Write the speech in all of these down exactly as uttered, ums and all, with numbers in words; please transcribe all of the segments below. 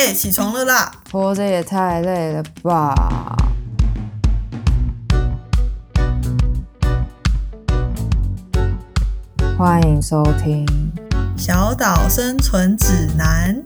哎、欸，起床了啦！ 活着也太累了吧！欢迎收听 《小岛生存指南》。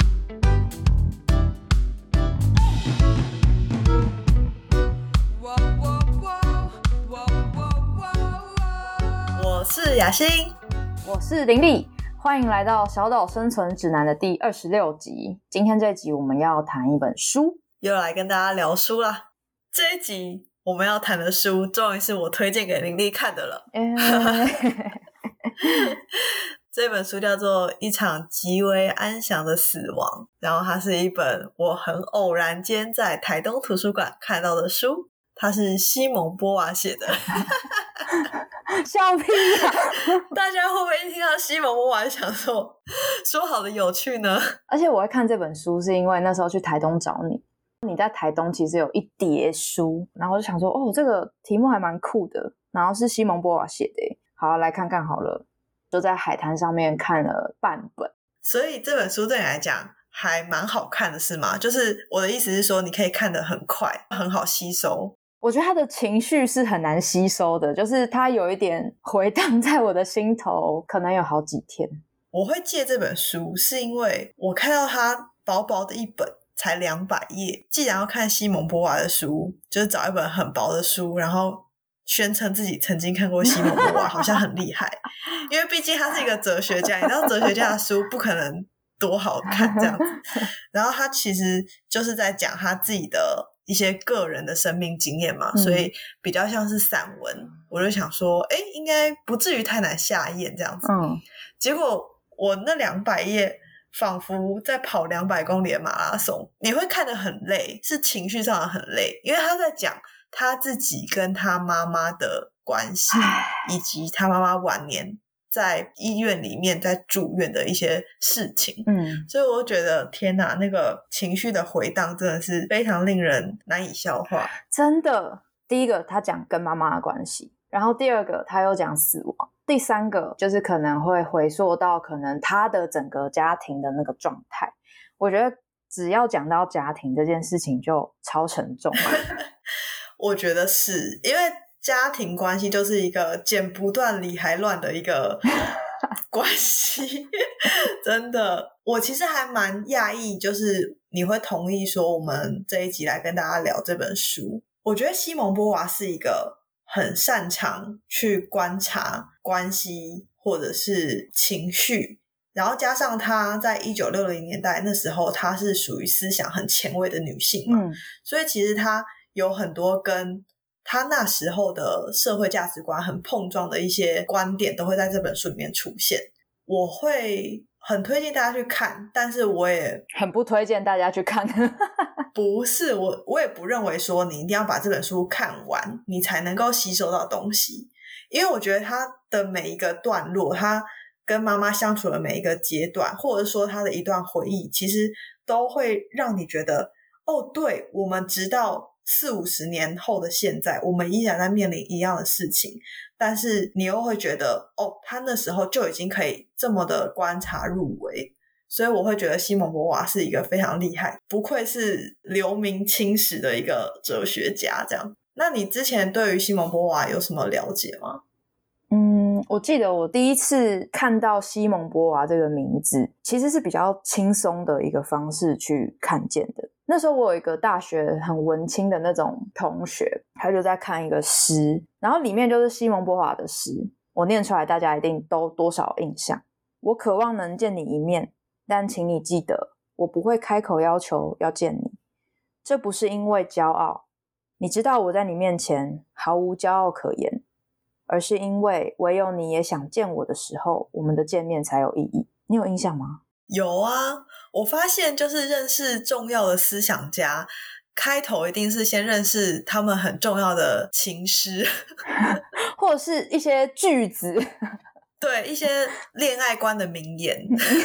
我是雅欣， 我是林丽，欢迎来到《小岛生存指南》的第二十六集。今天这集我们要谈一本书， 又来跟大家聊书啦。这一集我们要谈的书，终于是我推荐给林丽看的了。欸这本书叫做《一场极为安详的死亡》，然后它是一本我很偶然间在台东图书馆看到的书，它是西蒙波娃写的。 笑屁呀、啊！ 大家会不会一听到西蒙波娃想说说好的有趣呢？ 而且我会看这本书是因为那时候去台东找你，你在台东其实有一叠书，然后我就想说哦，这个题目还蛮酷的，然后是西蒙波娃写的耶，好来看看好了。就在海滩上面看了半本。 所以这本书对你来讲还蛮好看的是吗？就是我的意思是说你可以看得很快，很好吸收。 我觉得他的情绪是很难吸收的，就是他有一点回荡在我的心头，可能有好几天。 我会借这本书是因为我看到它薄薄的一本才两百页，既然要看西蒙波娃的书，就是找一本很薄的书，然后宣称自己曾经看过西蒙波娃，好像很厉害。因为毕竟他是一个哲学家，你知道哲学家的书不可能多好看这样子。然后他其实就是在讲他自己的一些个人的生命经验嘛、嗯、所以比较像是散文。我就想说诶应该不至于太难下咽这样子。嗯，结果我那两百页仿佛在跑两百公里的马拉松，你会看得很累，是情绪上的很累，因为他在讲他自己跟他妈妈的关系，以及他妈妈晚年在医院里面在住院的一些事情。嗯，所以我觉得天哪，那个情绪的回荡真的是非常令人难以消化。 真的，第一个他讲跟妈妈的关系，然后第二个他又讲死亡，第三个就是可能会回溯到可能他的整个家庭的那个状态。我觉得只要讲到家庭这件事情就超沉重。 我觉得是因为家庭关系就是一个剪不断理还乱的一个关系。真的，我其实还蛮讶异，就是你会同意说我们这一集来跟大家聊这本书。我觉得西蒙波娃是一个很擅长去观察关系或者是情绪，然后加上她在一九六零年代那时候她是属于思想很前卫的女性嘛、嗯、所以其实她有很多跟他那时候的社会价值观很碰撞的一些观点都会在这本书里面出现。我会很推荐大家去看，但是我也很不推荐大家去看。 不是，我我也不认为说你一定要把这本书看完你才能够吸收到东西，因为我觉得他的每一个段落，他跟妈妈相处的每一个阶段，或者说他的一段回忆，其实都会让你觉得哦，对，我们直到四五十年后的现在，我们依然在面临一样的事情，但是你又会觉得哦，他那时候就已经可以这么的观察入微。所以我会觉得西蒙波娃是一个非常厉害，不愧是留名青史的一个哲学家这样。那你之前对于西蒙波娃有什么了解吗？ 嗯，我记得我第一次看到西蒙波娃这个名字其实是比较轻松的一个方式去看见的。那时候我有一个大学很文青的那种同学，他就在看一个诗，然后里面就是西蒙波娃的诗，我念出来大家一定都多少印象。我渴望能见你一面，但请你记得，我不会开口要求要见你，这不是因为骄傲，你知道我在你面前毫无骄傲可言，而是因为唯有你也想见我的时候，我们的见面才有意义。你有印象吗？ 有啊，我发现就是认识重要的思想家，开头一定是先认识他们很重要的情诗， 或者是一些句子， 对，一些恋爱观的名言。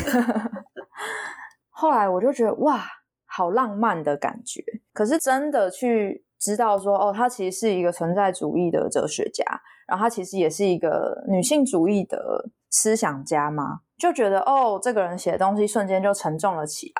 后来我就觉得哇，好浪漫的感觉。可是真的去知道说哦，他其实是一个存在主义的哲学家，然后他其实也是一个女性主义的思想家嘛，就觉得哦，这个人写的东西瞬间就沉重了起来。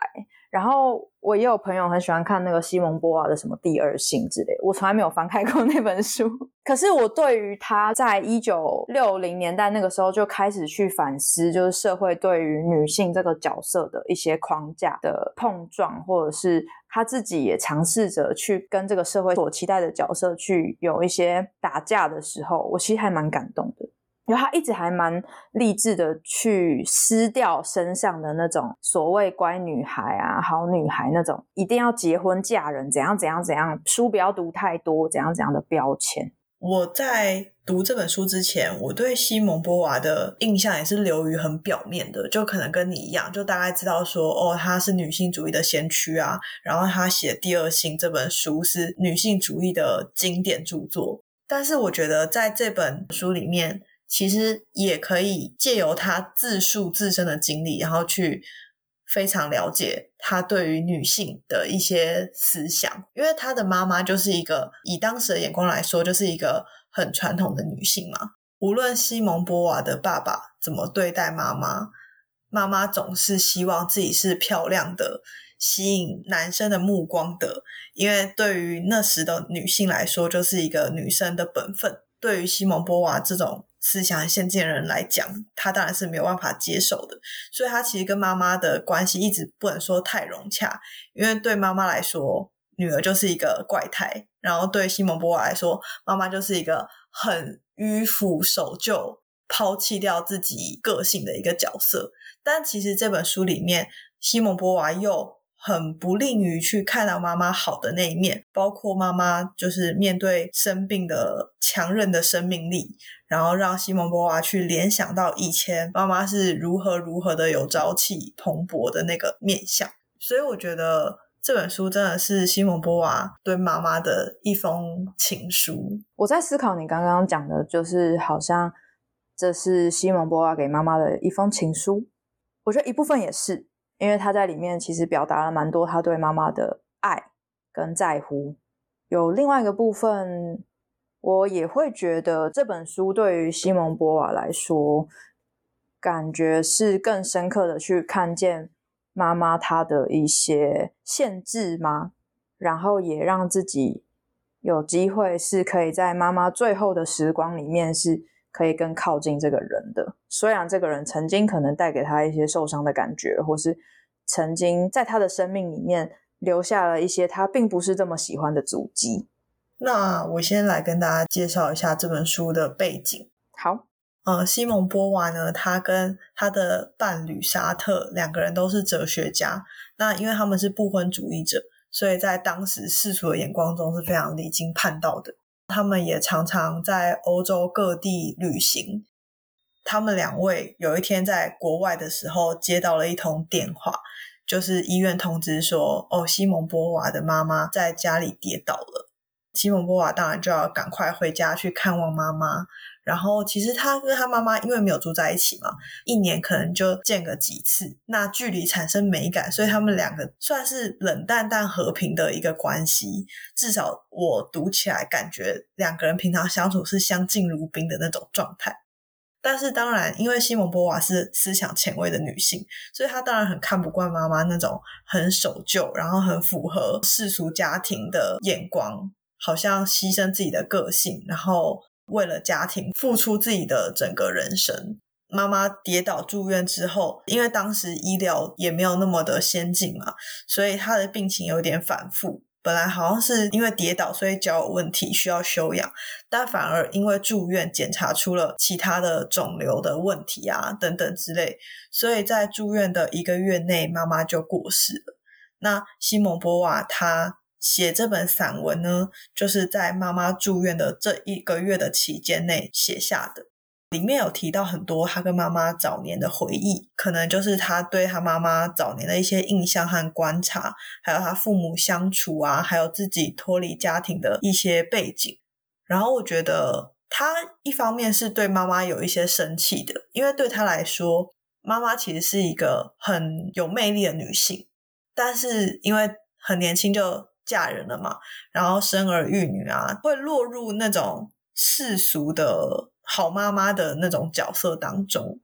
然后我也有朋友很喜欢看那个西蒙波娃的什么第二性之类的，我从来没有翻开过那本书。可是我对于他在一九六零年代那个时候就开始去反思，就是社会对于女性这个角色的一些框架的碰撞，或者是他自己也尝试着去跟这个社会所期待的角色去有一些打架的时候，我其实还蛮感动的。因为他一直还蛮励志的去撕掉身上的那种所谓乖女孩啊好女孩那种一定要结婚嫁人怎样怎样怎样，书不要读太多怎样怎样的标签。 我在读这本书之前，我对西蒙波娃的印象也是流于很表面的，就可能跟你一样，就大概知道说哦，她是女性主义的先驱啊，然后她写《第二性》这本书是女性主义的经典著作。但是我觉得在这本书里面其实也可以借由他自述自身的经历，然后去非常了解他对于女性的一些思想。因为他的妈妈就是一个，以当时的眼光来说，就是一个很传统的女性嘛。无论西蒙波娃的爸爸怎么对待妈妈，妈妈总是希望自己是漂亮的，吸引男生的目光的，因为对于那时的女性来说，就是一个女生的本分。对于西蒙波娃这种思想很先进的人来讲，他当然是没有办法接受的，所以他其实跟妈妈的关系一直不能说太融洽，因为对妈妈来说女儿就是一个怪胎，然后对西蒙波娃来说妈妈就是一个很迂腐守旧抛弃掉自己个性的一个角色。但其实这本书里面西蒙波娃又很不吝于去看到妈妈好的那一面，包括妈妈就是面对生病的强韧的生命力，然后让西蒙波娃去联想到以前妈妈是如何如何的有朝气蓬勃的那个面向。所以我觉得这本书真的是西蒙波娃对妈妈的一封情书。 我在思考你刚刚讲的，就是好像这是西蒙波娃给妈妈的一封情书，我觉得一部分也是因为他在里面其实表达了蛮多他对妈妈的爱跟在乎。有另外一个部分，我也会觉得这本书对于西蒙波娃来说，感觉是更深刻的去看见妈妈她的一些限制吗？然后也让自己有机会是可以在妈妈最后的时光里面是可以更靠近这个人的，虽然这个人曾经可能带给他一些受伤的感觉，或是曾经在他的生命里面留下了一些他并不是这么喜欢的足迹。 那我先来跟大家介绍一下这本书的背景。 好， 呃，西蒙波娃呢，他跟他的伴侣沙特两个人都是哲学家，那因为他们是不婚主义者，所以在当时世俗的眼光中是非常离经叛道的。他们也常常在欧洲各地旅行。他们两位有一天在国外的时候接到了一通电话，就是医院通知说哦，西蒙波娃的妈妈在家里跌倒了。西蒙波娃当然就要赶快回家去看望妈妈，然后其实他跟他妈妈因为没有住在一起嘛，一年可能就见个几次，那距离产生美感，所以他们两个算是冷淡但和平的一个关系。至少我读起来感觉两个人平常相处是相敬如宾的那种状态。但是当然因为西蒙波娃是思想前卫的女性，所以她当然很看不惯妈妈那种很守旧然后很符合世俗家庭的眼光，好像牺牲自己的个性，然后为了家庭付出自己的整个人生。妈妈跌倒住院之后，因为当时医疗也没有那么的先进嘛，所以她的病情有点反复。本来好像是因为跌倒所以脚有问题需要休养，但反而因为住院检查出了其他的肿瘤的问题啊等等之类，所以在住院的一个月内妈妈就过世了。那西蒙波娃她写这本散文呢，就是在妈妈住院的这一个月的期间内写下的。里面有提到很多他跟妈妈早年的回忆，可能就是他对他妈妈早年的一些印象和观察，还有他父母相处啊，还有自己脱离家庭的一些背景。然后我觉得他一方面是对妈妈有一些生气的，因为对他来说妈妈其实是一个很有魅力的女性，但是因为很年轻就嫁人了嘛，然后生儿育女啊，会落入那种世俗的好妈妈的那种角色当中。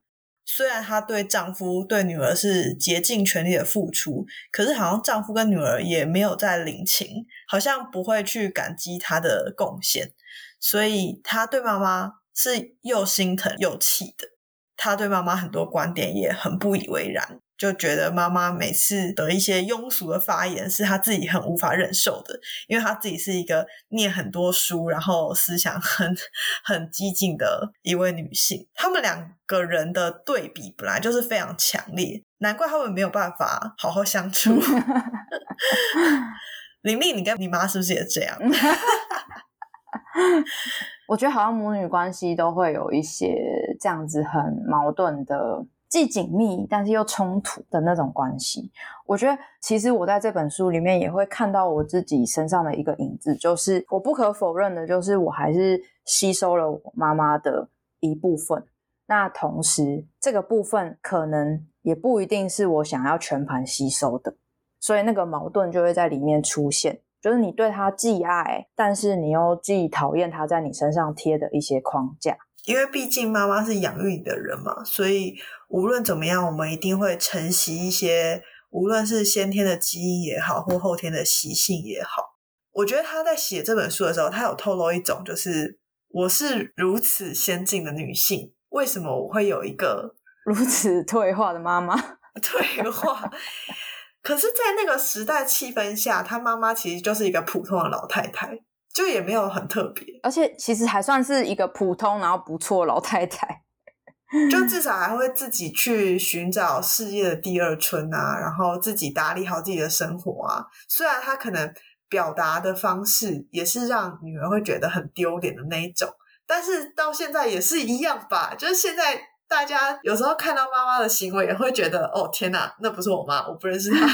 虽然她对丈夫对女儿是竭尽全力的付出，可是好像丈夫跟女儿也没有在领情，好像不会去感激她的贡献，所以她对妈妈是又心疼又气的。她对妈妈很多观点也很不以为然，就觉得妈妈每次的一些庸俗的发言是她自己很无法忍受的，因为她自己是一个念很多书然后思想很很激进的一位女性。他们两个人的对比本来就是非常强烈，难怪他们没有办法好好相处。玲玲，你跟你妈是不是也这样？ 我觉得好像母女关系都会有一些这样子很矛盾的，既紧密但是又冲突的那种关系。我觉得其实我在这本书里面也会看到我自己身上的一个影子，就是我不可否认的就是我还是吸收了我妈妈的一部分，那同时这个部分可能也不一定是我想要全盘吸收的，所以那个矛盾就会在里面出现，就是你对他既爱，但是你又既讨厌他在你身上贴的一些框架。 因为毕竟妈妈是养育你的人嘛，所以无论怎么样我们一定会承袭一些无论是先天的基因也好或后天的习性也好。我觉得他在写这本书的时候，他有透露一种就是我是如此先进的女性，为什么我会有一个如此退化的妈妈？ 退化可是在那个时代气氛下，他妈妈其实就是一个普通的老太太，就也没有很特别， 而且其实还算是一个普通然后不错的老太太， 就至少还会自己去寻找事业的第二春啊，然后自己打理好自己的生活啊。虽然他可能表达的方式也是让女儿会觉得很丢脸的那一种，但是到现在也是一样吧，就是现在大家有时候看到妈妈的行为也会觉得哦天哪，那不是我妈，我不认识她。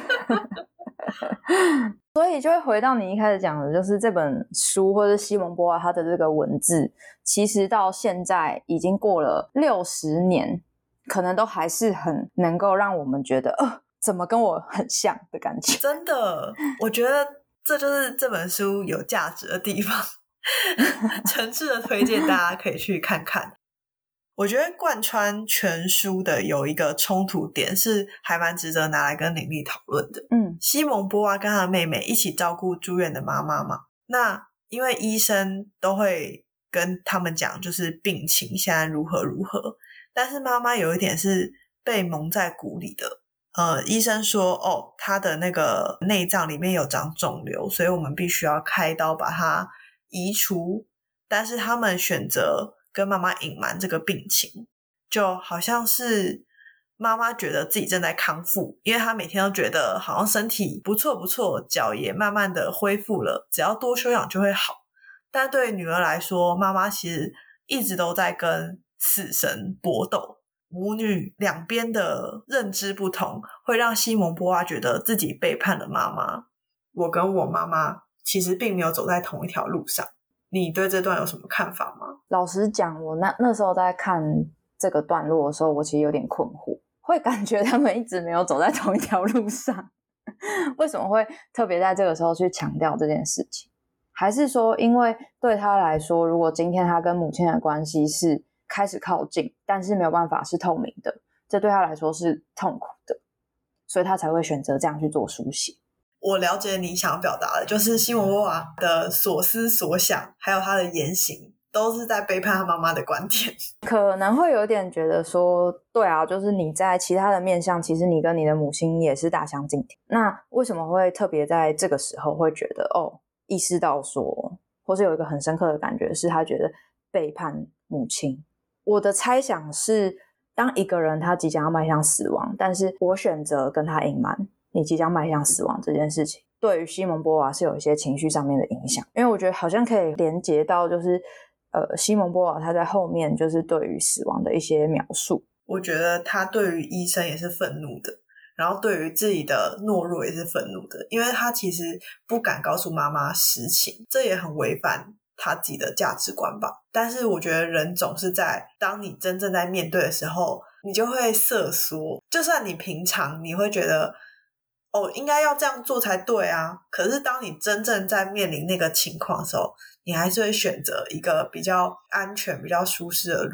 所以就会回到你一开始讲的，就是这本书或者西蒙波娃他的这个文字，其实到现在已经过了六十年，可能都还是很能够让我们觉得呃，怎么跟我很像的感觉。 真的，我觉得这就是这本书有价值的地方。诚挚的推荐大家可以去看看。我觉得贯穿全书的有一个冲突点是还蛮值得拿来跟玲丽讨论的。 嗯， 西蒙波娃跟他的妹妹一起照顾住院的妈妈嘛，那因为医生都会跟他们讲就是病情现在如何如何，但是妈妈有一点是被蒙在鼓里的。呃，医生说哦，她的那个内脏里面有长肿瘤，所以我们必须要开刀把它移除，但是他们选择跟妈妈隐瞒这个病情，就好像是妈妈觉得自己正在康复，因为她每天都觉得好像身体不错不错，脚也慢慢的恢复了，只要多休养就会好。但对女儿来说，妈妈其实一直都在跟死神搏斗，母女两边的认知不同，会让西蒙波娃觉得自己背叛了妈妈。我跟我妈妈其实并没有走在同一条路上。你对这段有什么看法吗？ 老实讲，我那那时候在看这个段落的时候，我其实有点困惑，会感觉他们一直没有走在同一条路上。为什么会特别在这个时候去强调这件事情？还是说因为对他来说，如果今天他跟母亲的关系是开始靠近，但是没有办法是透明的，这对他来说是痛苦的，所以他才会选择这样去做书写。 我了解你想表达的，就是西蒙波娃的所思所想还有他的言行都是在背叛他妈妈的观点。 可能会有点觉得说，对啊，就是你在其他的面向，其实你跟你的母亲也是大相径庭，那为什么会特别在这个时候会觉得哦，意识到说，或是有一个很深刻的感觉是他觉得背叛母亲。我的猜想是，当一个人他即将要迈向死亡，但是我选择跟他隐瞒你即将迈向死亡这件事情，对于西蒙波娃是有一些情绪上面的影响。因为我觉得好像可以连结到就是呃，西蒙波娃他在后面就是对于死亡的一些描述。 我觉得他对于医生也是愤怒的，然后对于自己的懦弱也是愤怒的，因为他其实不敢告诉妈妈实情，这也很违反他自己的价值观吧。但是我觉得人总是在当你真正在面对的时候，你就会瑟缩。就算你平常你会觉得哦，应该要这样做才对啊，可是当你真正在面临那个情况的时候，你还是会选择一个比较安全比较舒适的路，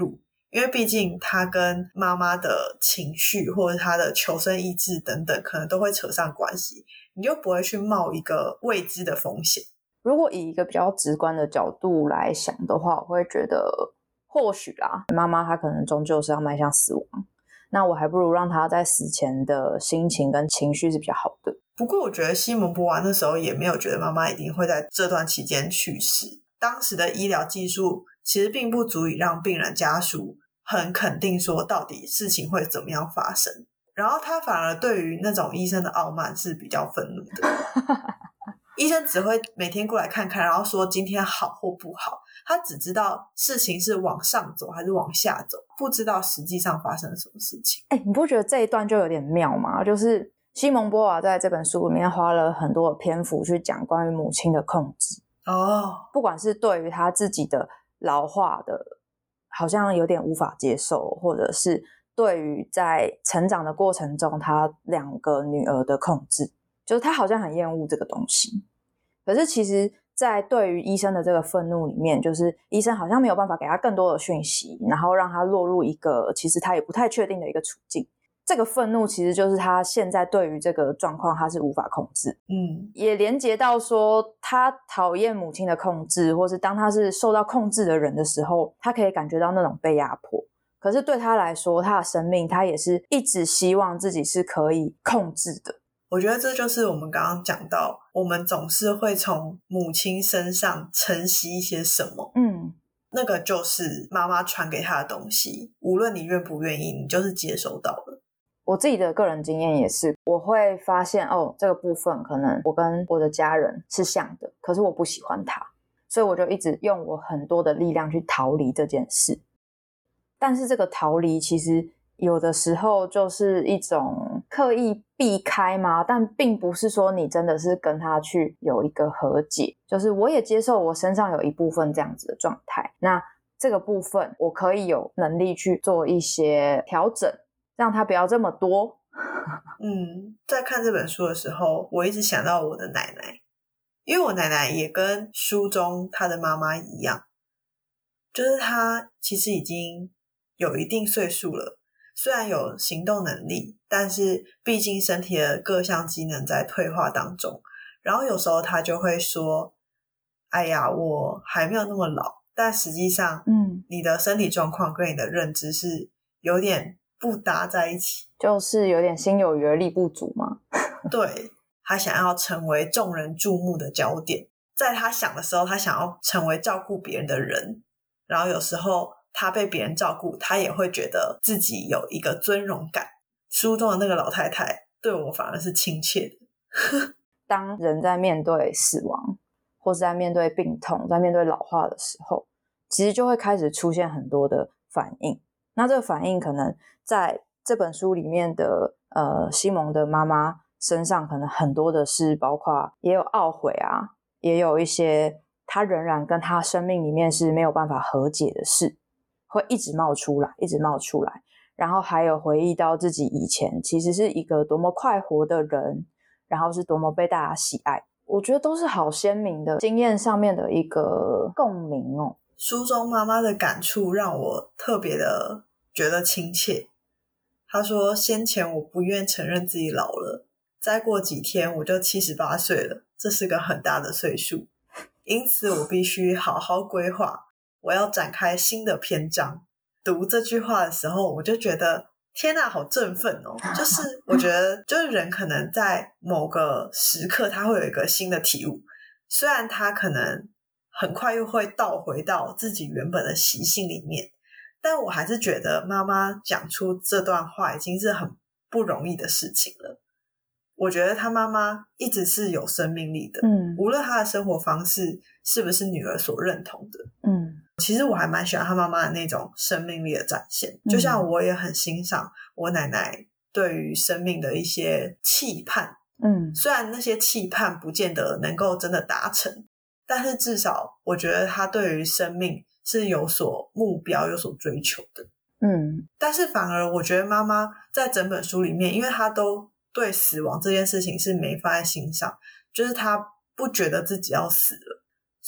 因为毕竟他跟妈妈的情绪或者他的求生意志等等可能都会扯上关系，你就不会去冒一个未知的风险。 如果以一个比较直观的角度来想的话，我会觉得或许啦，妈妈她可能终究是要迈向死亡，那我还不如让她在死前的心情跟情绪是比较好的。 不过我觉得西蒙波娃那时候也没有觉得妈妈一定会在这段期间去世，当时的医疗技术其实并不足以让病人家属很肯定说到底事情会怎么样发生，然后他反而对于那种医生的傲慢是比较愤怒的医生只会每天过来看看，然后说今天好或不好，他只知道事情是往上走还是往下走，不知道实际上发生了什么事情。 哎，你不觉得这一段就有点妙吗？就是西蒙波娃在这本书里面花了很多的篇幅去讲关于母亲的控制哦， 不管是对于他自己的老化的好像有点无法接受，或者是对于在成长的过程中他两个女儿的控制，就是他好像很厌恶这个东西。可是其实在对于医生的这个愤怒里面，就是医生好像没有办法给他更多的讯息，然后让他落入一个其实他也不太确定的一个处境。这个愤怒其实就是他现在对于这个状况他是无法控制， 嗯， 也连结到说他讨厌母亲的控制，或是当他是受到控制的人的时候，他可以感觉到那种被压迫。可是对他来说，他的生命他也是一直希望自己是可以控制的。 我觉得这就是我们刚刚讲到，我们总是会从母亲身上承袭一些什么， 嗯， 那个就是妈妈传给他的东西，无论你愿不愿意，你就是接收到了。 我自己的个人经验也是，我会发现哦，这个部分可能我跟我的家人是像的，可是我不喜欢他，所以我就一直用我很多的力量去逃离这件事。但是这个逃离其实有的时候就是一种刻意避开嘛，但并不是说你真的是跟他去有一个和解，就是我也接受我身上有一部分这样子的状态，那这个部分我可以有能力去做一些调整，让他不要这么多。 嗯，在看这本书的时候，我一直想到我的奶奶，因为我奶奶也跟书中她的妈妈一样，就是她其实已经有一定岁数了，虽然有行动能力，但是毕竟身体的各项机能在退化当中，然后有时候她就会说，哎呀，我还没有那么老，但实际上嗯， 你的身体状况跟你的认知是有点不搭在一起， 就是有点心有余而力不足嘛。 对，他想要成为众人注目的焦点，在他想的时候他想要成为照顾别人的人，然后有时候他被别人照顾，他也会觉得自己有一个尊荣感。书中的那个老太太对我反而是亲切的当人在面对死亡或是在面对病痛，在面对老化的时候，其实就会开始出现很多的反应。那这个反应可能在这本书里面的呃西蒙的妈妈身上，可能很多的是包括也有懊悔啊，也有一些他仍然跟他生命里面是没有办法和解的事，会一直冒出来，一直冒出来。然后还有回忆到自己以前其实是一个多么快活的人，然后是多么被大家喜爱，我觉得都是好鲜明的经验上面的一个共鸣哦。 书中妈妈的感触让我特别的觉得亲切。她说，先前我不愿承认自己老了，再过几天我就七十八岁了，这是个很大的岁数，因此我必须好好规划，我要展开新的篇章。读这句话的时候，我就觉得天哪，好振奋哦！就是我觉得就是人可能在某个时刻他会有一个新的体悟，虽然他可能很快又会倒回到自己原本的习性里面，但我还是觉得妈妈讲出这段话已经是很不容易的事情了。我觉得她妈妈一直是有生命力的， 嗯， 无论她的生活方式是不是女儿所认同的， 嗯， 其实我还蛮喜欢她妈妈的那种生命力的展现，就像我也很欣赏我奶奶对于生命的一些期盼， 嗯， 虽然那些期盼不见得能够真的达成，但是至少我觉得她对于生命是有所目标有所追求的。 嗯， 但是反而我觉得妈妈在整本书里面，因为她都对死亡这件事情是没放在心上，就是她不觉得自己要死了，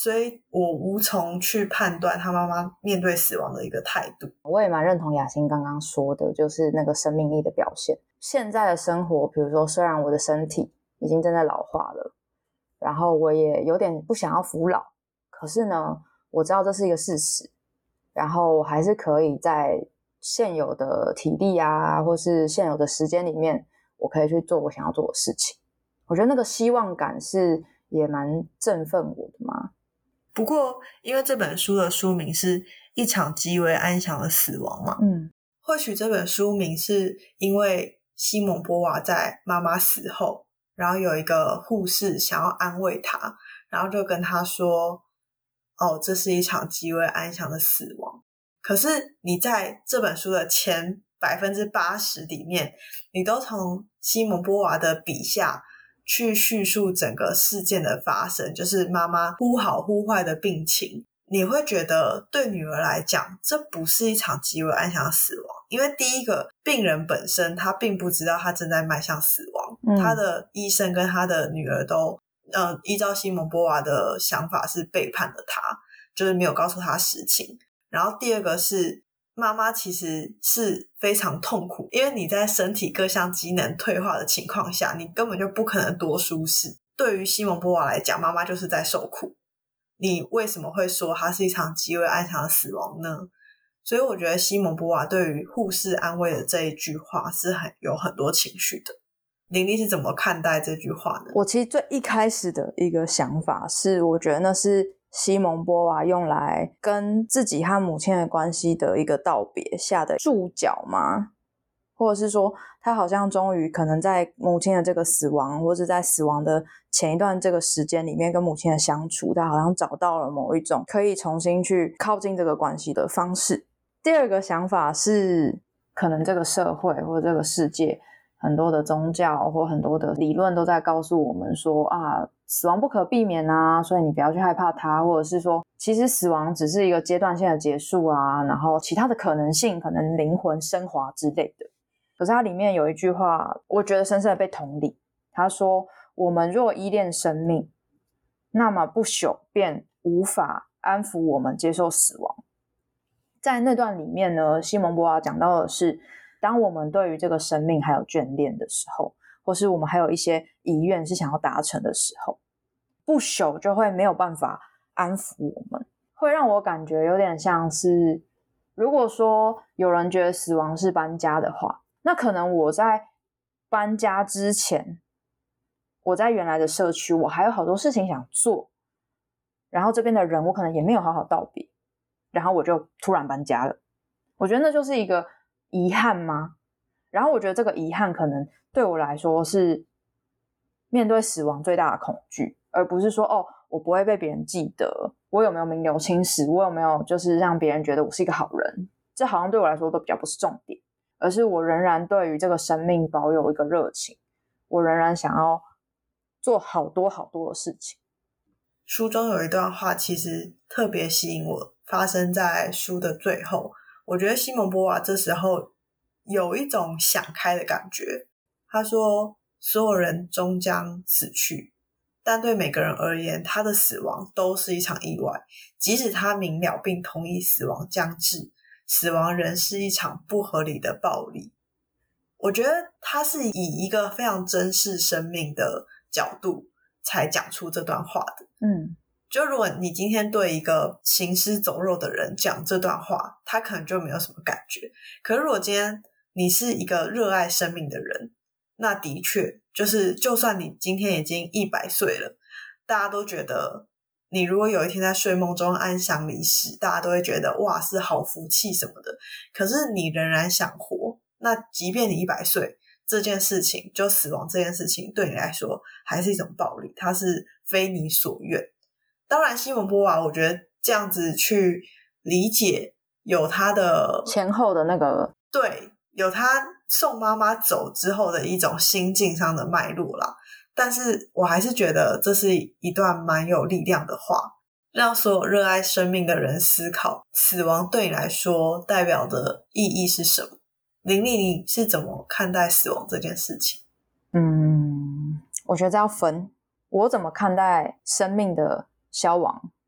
所以我无从去判断他妈妈面对死亡的一个态度。 我也蛮认同雅欣刚刚说的，就是那个生命力的表现。现在的生活，比如说虽然我的身体已经正在老化了，然后我也有点不想要服老，可是呢我知道这是一个事实，然后我还是可以在现有的体力啊或是现有的时间里面，我可以去做我想要做的事情。我觉得那个希望感是也蛮振奋我的嘛。 不过因为这本书的书名是一场极为安详的死亡嘛， 嗯， 或许这本书名是因为西蒙波娃在妈妈死后，然后有一个护士想要安慰她，然后就跟她说，哦，这是一场极为安详的死亡。可是你在这本书的前 百分之八十 里面，你都从西蒙波娃的笔下去叙述整个事件的发生，就是妈妈忽好忽坏的病情。你会觉得对女儿来讲，这不是一场极为安详的死亡，因为第一个，病人本身他并不知道他正在迈向死亡，嗯、他的医生跟他的女儿都呃，依照西蒙波娃的想法是背叛了他，就是没有告诉他实情。然后第二个是妈妈其实是非常痛苦，因为你在身体各项机能退化的情况下，你根本就不可能多舒适。对于西蒙波娃来讲，妈妈就是在受苦，你为什么会说它是一场极为安详的死亡呢？所以我觉得西蒙波娃对于护士安慰的这一句话是很有很多情绪的。玲玲是怎么看待这句话呢？ 我其实最一开始的一个想法是，我觉得那是西蒙波娃用来跟自己和母亲的关系的一个道别下的注脚吗？或者是说他好像终于可能在母亲的这个死亡，或是在死亡的前一段这个时间里面跟母亲的相处，他好像找到了某一种可以重新去靠近这个关系的方式。第二个想法是，可能这个社会或者这个世界很多的宗教或很多的理论都在告诉我们说啊，死亡不可避免啊，所以你不要去害怕它，或者是说其实死亡只是一个阶段性的结束啊，然后其他的可能性可能灵魂升华之类的。可是它里面有一句话我觉得深深的被同理，他说我们若依恋生命，那么不朽便无法安抚我们接受死亡。在那段里面呢，西蒙波娃讲到的是，当我们对于这个生命还有眷恋的时候，或是我们还有一些遗愿是想要达成的时候，不朽就会没有办法安抚我们，会让我感觉有点像是，如果说有人觉得死亡是搬家的话，那可能我在搬家之前，我在原来的社区我还有好多事情想做，然后这边的人我可能也没有好好道别，然后我就突然搬家了。我觉得那就是一个遗憾吗？然后我觉得这个遗憾可能对我来说是面对死亡最大的恐惧，而不是说哦，我不会被别人记得，我有没有名留青史，我有没有就是让别人觉得我是一个好人，这好像对我来说都比较不是重点，而是我仍然对于这个生命保有一个热情，我仍然想要做好多好多的事情。 书中有一段话其实特别吸引我，发生在书的最后。我觉得西蒙波娃这时候有一种想开的感觉。他说所有人终将死去，但对每个人而言，他的死亡都是一场意外，即使他明了并同意死亡将至，死亡仍是一场不合理的暴力。我觉得他是以一个非常珍视生命的角度才讲出这段话的。嗯，就如果你今天对一个行尸走肉的人讲这段话，他可能就没有什么感觉。可是如果今天你是一个热爱生命的人，那的确就是就算你今天已经一百岁了，大家都觉得你如果有一天在睡梦中安详离世，大家都会觉得哇是好福气什么的。可是你仍然想活，那即便你一百岁，这件事情就死亡这件事情对你来说还是一种暴力，它是非你所愿。当然西蒙波娃我觉得这样子去理解有他的前后的那个， 对，有他送妈妈走之后的一种心境上的脉络啦。但是我还是觉得这是一段蛮有力量的话，让所有热爱生命的人思考死亡对你来说代表的意义是什么。玲玲你是怎么看待死亡这件事情？ 嗯，我觉得这要分我怎么看待生命的消亡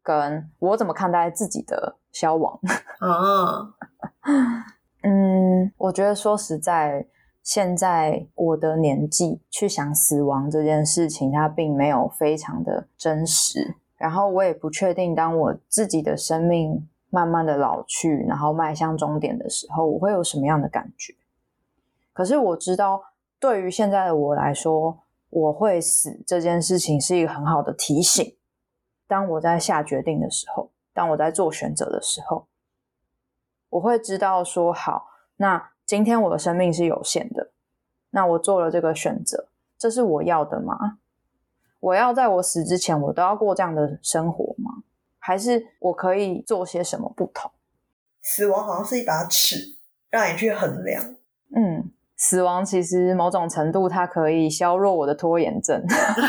跟我怎么看待自己的消亡。 啊， 嗯，我觉得说实在，现在我的年纪去想死亡这件事情，它并没有非常的真实。然后我也不确定，当我自己的生命慢慢的老去，然后迈向终点的时候，我会有什么样的感觉。可是我知道，对于现在的我来说，我会死这件事情是一个很好的提醒。当我在下决定的时候，当我在做选择的时候，我会知道说，好，那今天我的生命是有限的，那我做了这个选择，这是我要的吗？我要在我死之前我都要过这样的生活吗？还是我可以做些什么不同？ 死亡好像是一把尺，让你去衡量。 嗯，死亡其实某种程度它可以削弱我的拖延症。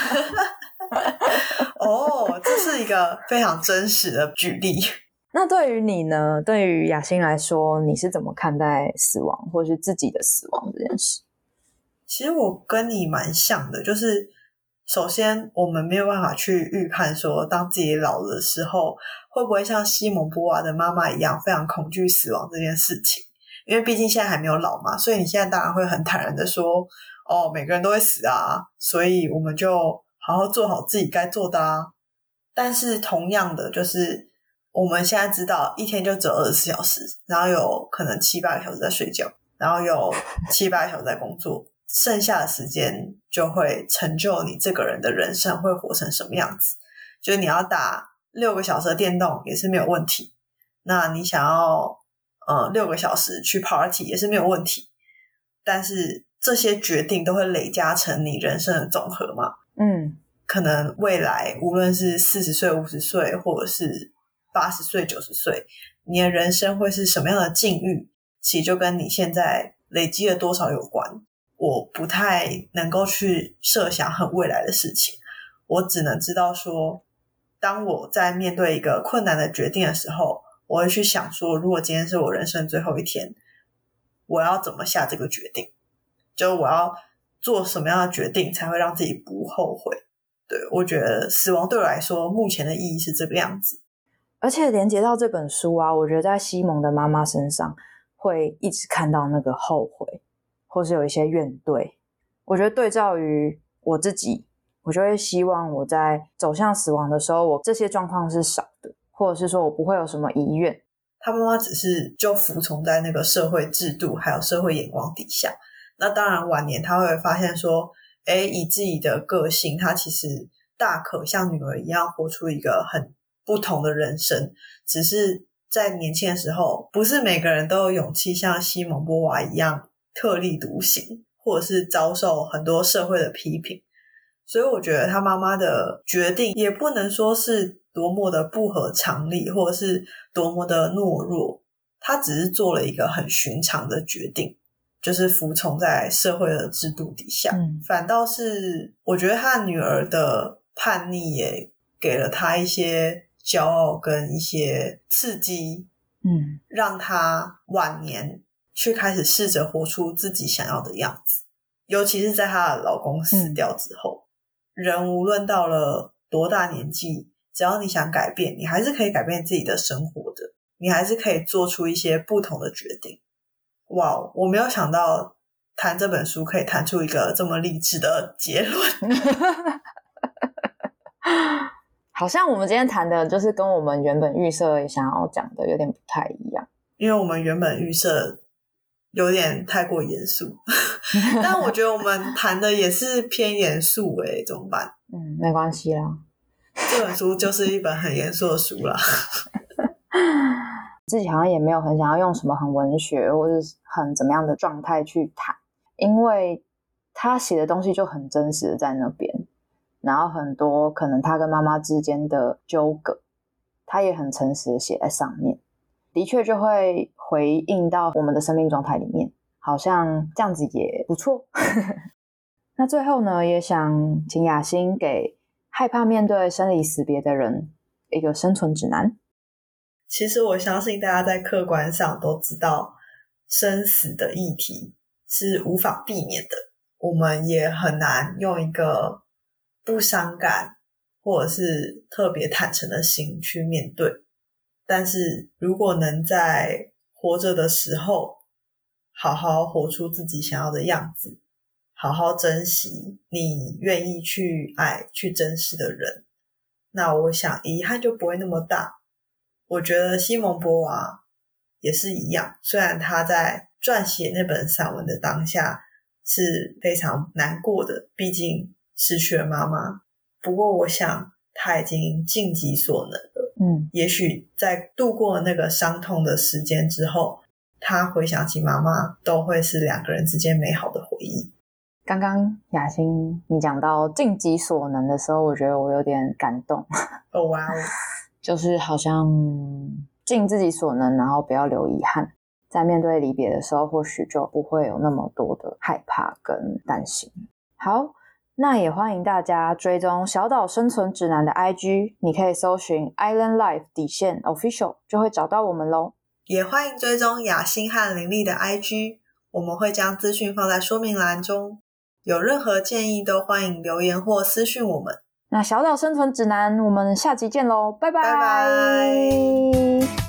哦，这是一个非常真实的举例。 那对于你呢？对于雅欣来说，你是怎么看待死亡或是自己的死亡这件事？ 其实我跟你蛮像的，就是首先我们没有办法去预判说当自己老了的时候会不会像西蒙波娃的妈妈一样非常恐惧死亡这件事情，因为毕竟现在还没有老嘛，所以你现在当然会很坦然的说，哦，每个人都会死啊，所以我们就好好做好自己该做的啊。但是同样的，就是我们现在知道一天就只有二十四小时，然后有可能七八个小时在睡觉，然后有七八个小时在工作，剩下的时间就会成就你这个人的人生会活成什么样子。就是你要打六个小时的电动也是没有问题，那你想要呃六个小时去 party 也是没有问题，但是这些决定都会累加成你人生的总和嘛。 嗯， 可能未来无论是四十岁、五十岁，或者是八十岁、九十岁，你的人生会是什么样的境遇，其实就跟你现在累积了多少有关。我不太能够去设想很未来的事情，我只能知道说，当我在面对一个困难的决定的时候，我会去想说，如果今天是我人生最后一天，我要怎么下这个决定，就我要做什么样的决定才会让自己不后悔。对，我觉得死亡对我来说目前的意义是这个样子。 而且连接到这本书啊，我觉得在西蒙的妈妈身上会一直看到那个后悔，或是有一些怨怼。我觉得对照于我自己，我就会希望我在走向死亡的时候，我这些状况是少的，或者是说我不会有什么遗怨。 他妈妈只是就服从在那个社会制度还有社会眼光底下，那当然晚年他会发现说，诶，以自己的个性，他其实大可像女儿一样活出一个很不同的人生，只是在年轻的时候，不是每个人都有勇气像西蒙波娃一样特立独行，或者是遭受很多社会的批评。所以我觉得他妈妈的决定也不能说是多么的不合常理，或者是多么的懦弱，他只是做了一个很寻常的决定，就是服从在社会的制度底下。 嗯， 反倒是我觉得他女儿的叛逆也给了他一些骄傲跟一些刺激， 嗯， 让他晚年去开始试着活出自己想要的样子。尤其是在她的老公死掉之后，嗯，人无论到了多大年纪，只要你想改变，你还是可以改变自己的生活的，你还是可以做出一些不同的决定。哇，我没有想到谈这本书可以谈出一个这么励志的结论。 好像我们今天谈的就是跟我们原本预设想要讲的有点不太一样， 因为我们原本预设有点太过严肃，但我觉得我们谈的也是偏严肃诶，怎么办？ 嗯，没关系啦， 这本书就是一本很严肃的书啦。 自己好像也没有很想要用什么很文学或者很怎么样的状态去谈，因为他写的东西就很真实的在那边，然后很多可能他跟妈妈之间的纠葛，他也很诚实的写在上面，的确就会回应到我们的生命状态里面，好像这样子也不错。那最后呢，也想请雅欣给害怕面对生离死别的人一个生存指南。 其实我相信大家在客观上都知道生死的议题是无法避免的，我们也很难用一个不伤感或者是特别坦诚的心去面对。但是如果能在活着的时候好好活出自己想要的样子，好好珍惜你愿意去爱去珍视的人，那我想遗憾就不会那么大。我觉得西蒙波娃也是一样，虽然他在撰写那本散文的当下是非常难过的，毕竟失去了妈妈，不过我想他已经尽己所能了。 嗯， 也许在度过那个伤痛的时间之后，他回想起妈妈都会是两个人之间美好的回忆。 刚刚雅欣你讲到尽己所能的时候，我觉得我有点感动。 哦哇哦， 就是好像尽自己所能，然后不要留遗憾，在面对离别的时候或许就不会有那么多的害怕跟担心。好，那也欢迎大家追踪小岛生存指南的 I G， 你可以搜寻 Island Life 底线 Official 就会找到我们咯。 也欢迎追踪雅欣和林丽的 I G， 我们会将资讯放在说明栏中，有任何建议都欢迎留言或私讯我们。 那小岛生存指南我们下集见咯，拜拜拜拜。